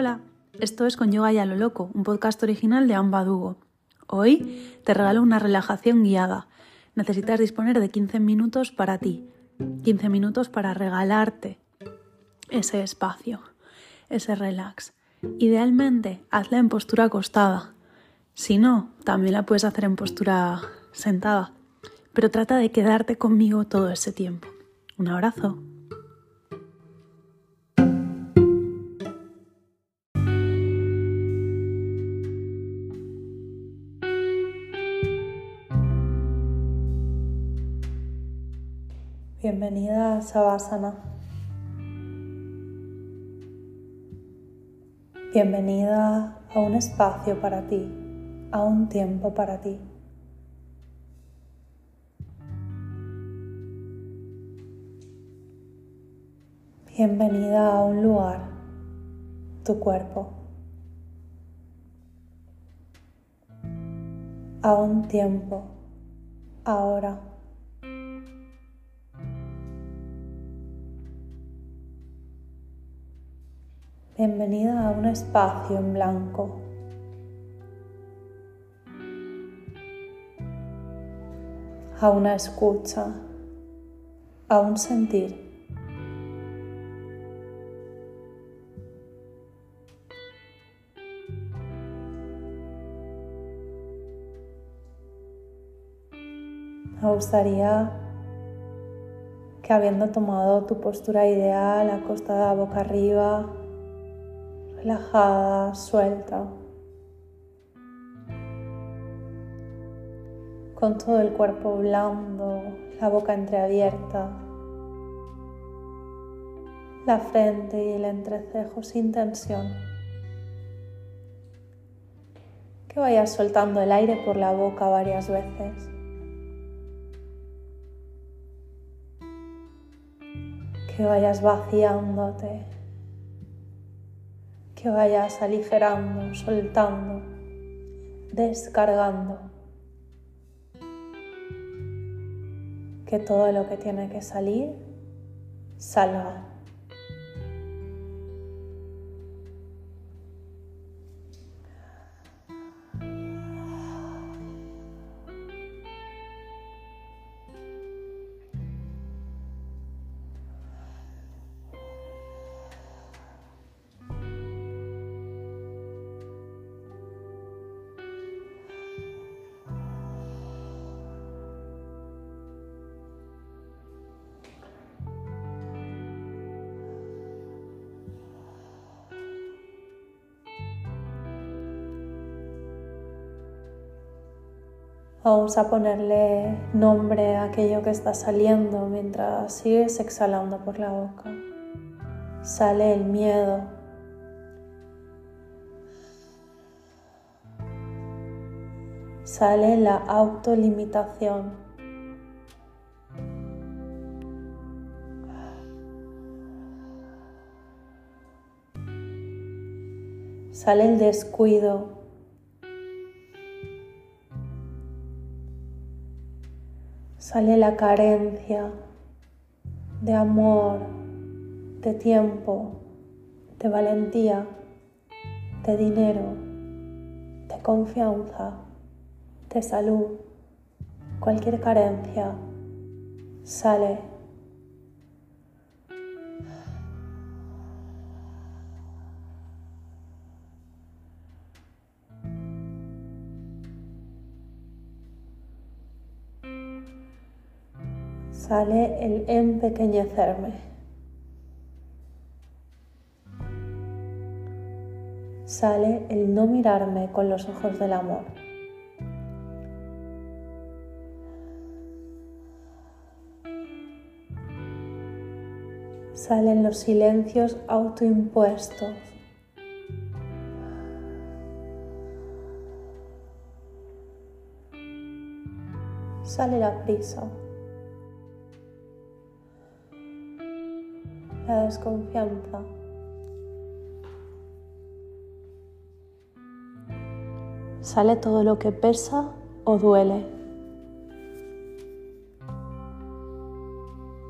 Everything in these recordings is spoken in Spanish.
Hola, esto es Con Yoga y a lo Loco, un podcast original de Amba Dugo. Hoy te regalo una relajación guiada. Necesitas disponer de 15 minutos para ti, 15 minutos para regalarte ese espacio, ese relax. Idealmente, hazla en postura acostada. Si no, también la puedes hacer en postura sentada, pero trata de quedarte conmigo todo ese tiempo. Un abrazo. Bienvenida a Savasana. Bienvenida a un espacio para ti, a un tiempo para ti. Bienvenida a un lugar, tu cuerpo, a un tiempo, ahora. Bienvenida a un espacio en blanco. A una escucha, a un sentir. Me gustaría que, habiendo tomado tu postura ideal, acostada boca arriba, relajada, suelta, con todo el cuerpo blando, la boca entreabierta, la frente y el entrecejo sin tensión, que vayas soltando el aire por la boca varias veces. Que vayas vaciándote, que vayas aligerando, soltando, descargando. Que todo lo que tiene que salir, salga. Vamos a ponerle nombre a aquello que está saliendo mientras sigues exhalando por la boca. Sale el miedo. Sale la autolimitación. Sale el descuido. Sale la carencia de amor, de tiempo, de valentía, de dinero, de confianza, de salud. Cualquier carencia sale. Sale el empequeñecerme. Sale el no mirarme con los ojos del amor. Salen los silencios autoimpuestos. Sale la prisa. La desconfianza. Sale todo lo que pesa o duele.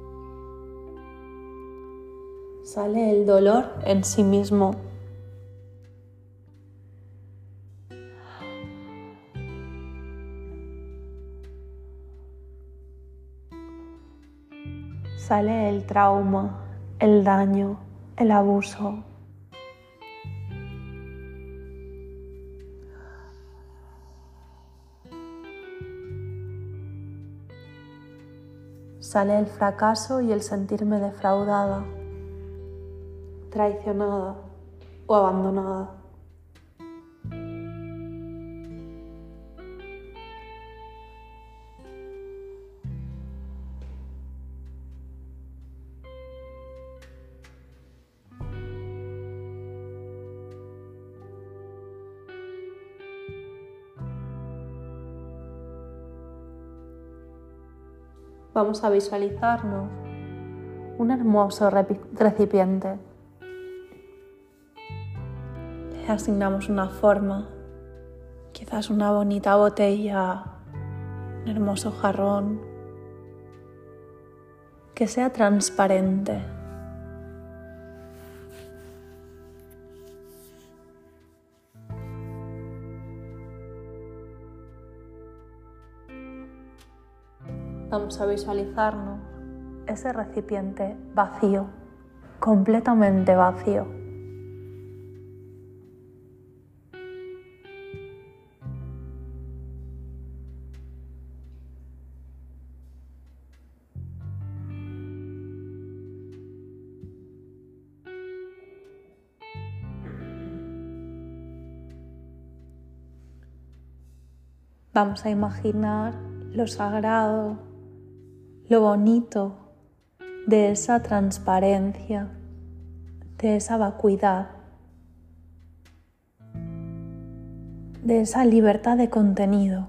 Sale el dolor en sí mismo. Sale el trauma, el daño, el abuso. Sale el fracaso y el sentirme defraudada, traicionada o abandonada. Vamos a visualizarnos un hermoso recipiente. Le asignamos una forma, quizás una bonita botella, un hermoso jarrón, que sea transparente. Vamos a visualizarnos ese recipiente vacío, completamente vacío. Vamos a imaginar lo sagrado, lo bonito de esa transparencia, de esa vacuidad, de esa libertad de contenido,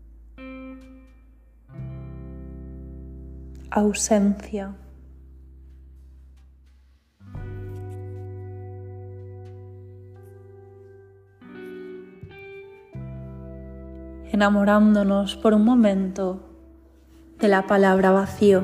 ausencia. Enamorándonos por un momento de la palabra vacío.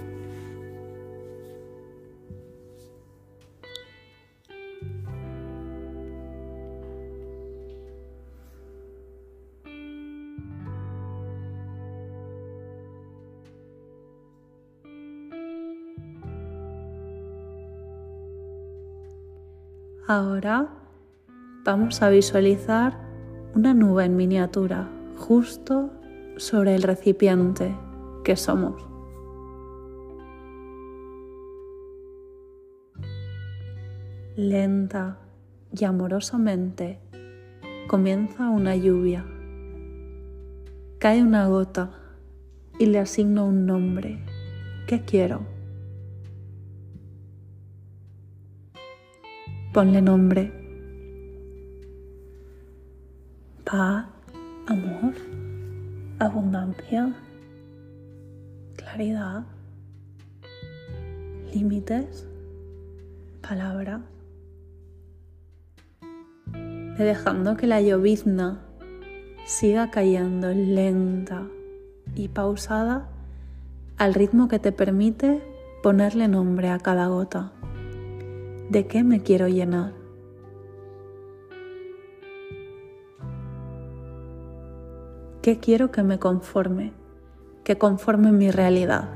Ahora vamos a visualizar una nube en miniatura justo sobre el recipiente que somos. Lenta y amorosamente comienza una lluvia. Cae una gota y le asigno un nombre. ¿Qué quiero? Ponle nombre. Paz, amor, abundancia, claridad, límites, palabras. Ve dejando que la llovizna siga cayendo lenta y pausada al ritmo que te permite ponerle nombre a cada gota. ¿De qué me quiero llenar? ¿Qué quiero que me conforme? Que conforme mi realidad.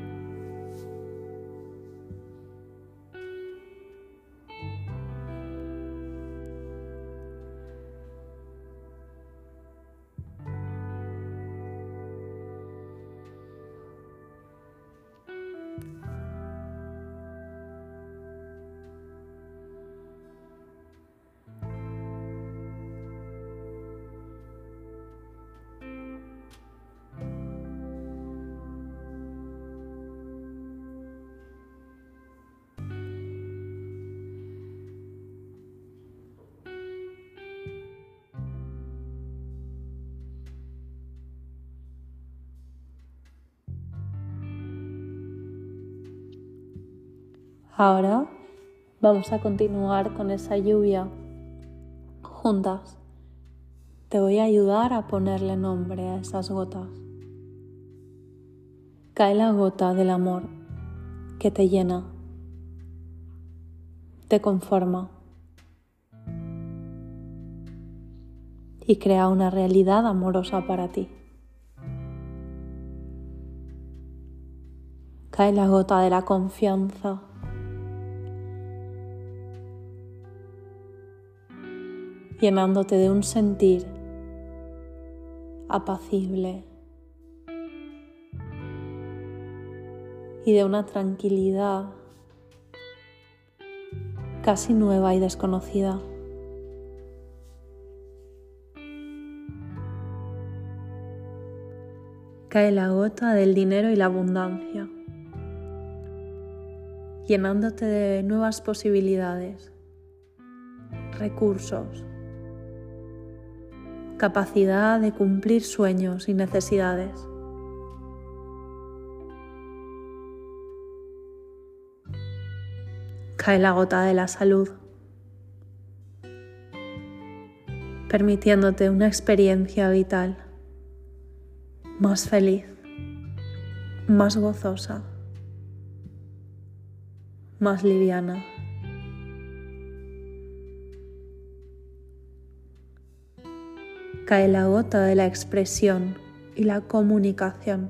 Ahora vamos a continuar con esa lluvia juntas. Te voy a ayudar a ponerle nombre a esas gotas. Cae la gota del amor que te llena, te conforma y crea una realidad amorosa para ti. Cae la gota de la confianza. Llenándote de un sentir apacible y de una tranquilidad casi nueva y desconocida. Cae la gota del dinero y la abundancia, llenándote de nuevas posibilidades, recursos, capacidad de cumplir sueños y necesidades. Cae la gota de la salud, permitiéndote una experiencia vital más feliz, más gozosa, más liviana. Cae la gota de la expresión y la comunicación,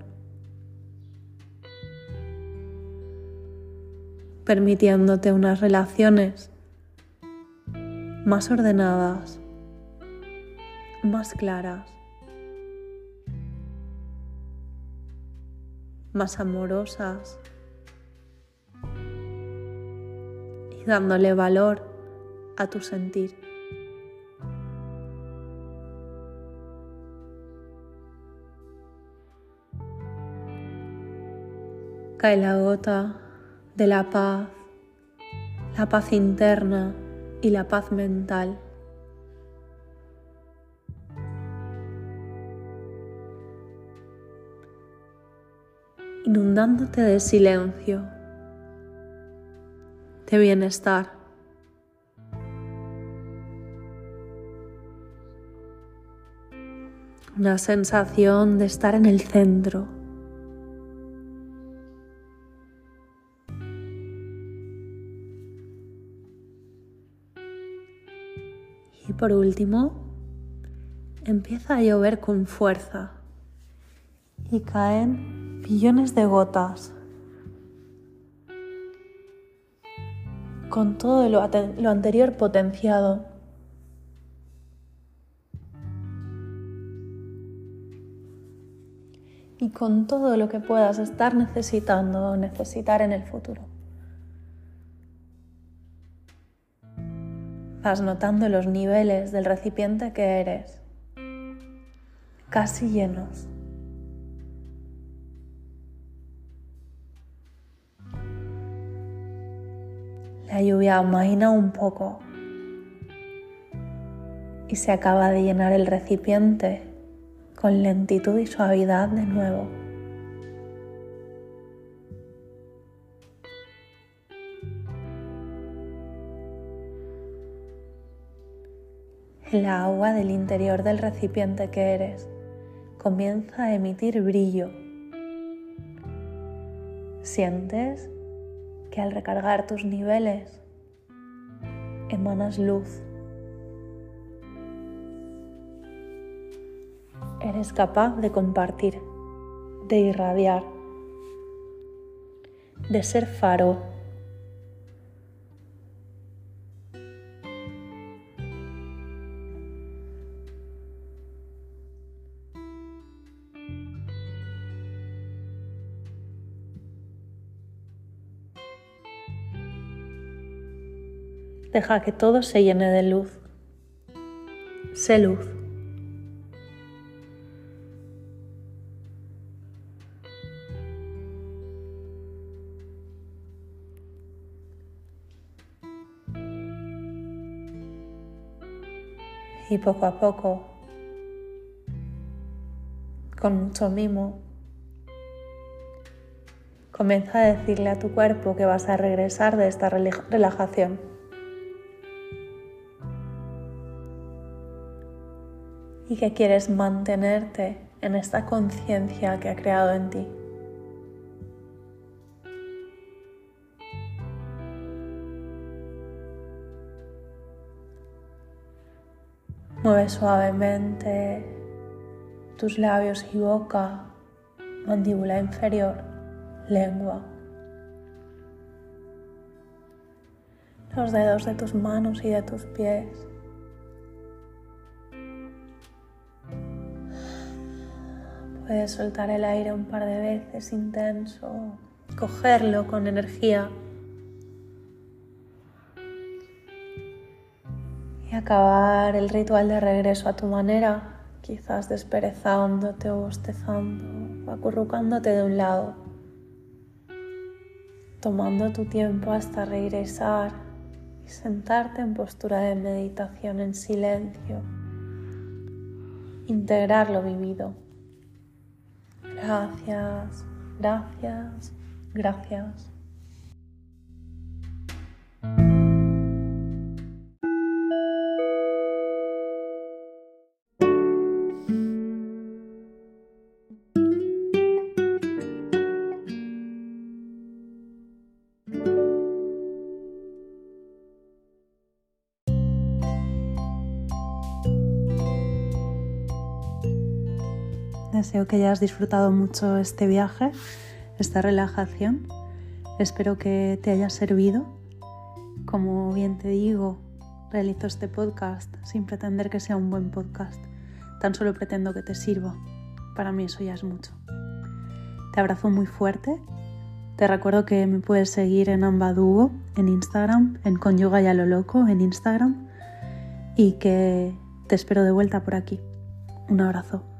permitiéndote unas relaciones más ordenadas, más claras, más amorosas y dándole valor a tu sentir. Cae la gota de la paz interna y la paz mental. Inundándote de silencio, de bienestar. Una sensación de estar en el centro. Y por último, empieza a llover con fuerza y caen millones de gotas con todo lo anterior potenciado. Y con todo lo que puedas estar necesitando o necesitar en el futuro. Vas notando los niveles del recipiente que eres, casi llenos. La lluvia amaina un poco y se acaba de llenar el recipiente con lentitud y suavidad de nuevo. El agua del interior del recipiente que eres comienza a emitir brillo. Sientes que al recargar tus niveles emanas luz. Eres capaz de compartir, de irradiar, de ser faro. Deja que todo se llene de luz. Sé luz. Y poco a poco, con mucho mimo, comienza a decirle a tu cuerpo que vas a regresar de esta relajación. Y que quieres mantenerte en esta conciencia que ha creado en ti. Mueve suavemente tus labios y boca, mandíbula inferior, lengua. los dedos de tus manos y de tus pies. Puedes soltar el aire un par de veces intenso, cogerlo con energía y acabar el ritual de regreso a tu manera, quizás desperezándote o bostezando, acurrucándote de un lado, tomando tu tiempo hasta regresar y sentarte en postura de meditación en silencio, integrar lo vivido. Gracias, gracias, gracias. Deseo que hayas disfrutado mucho este viaje, esta relajación. Espero que te haya servido. Como bien te digo, realizo este podcast sin pretender que sea un buen podcast. Tan solo pretendo que te sirva. Para mí eso ya es mucho. Te abrazo muy fuerte. Te recuerdo que me puedes seguir en Ambadugo, en Instagram, en Con Yoga y a lo Loco, en Instagram. Y que te espero de vuelta por aquí. Un abrazo.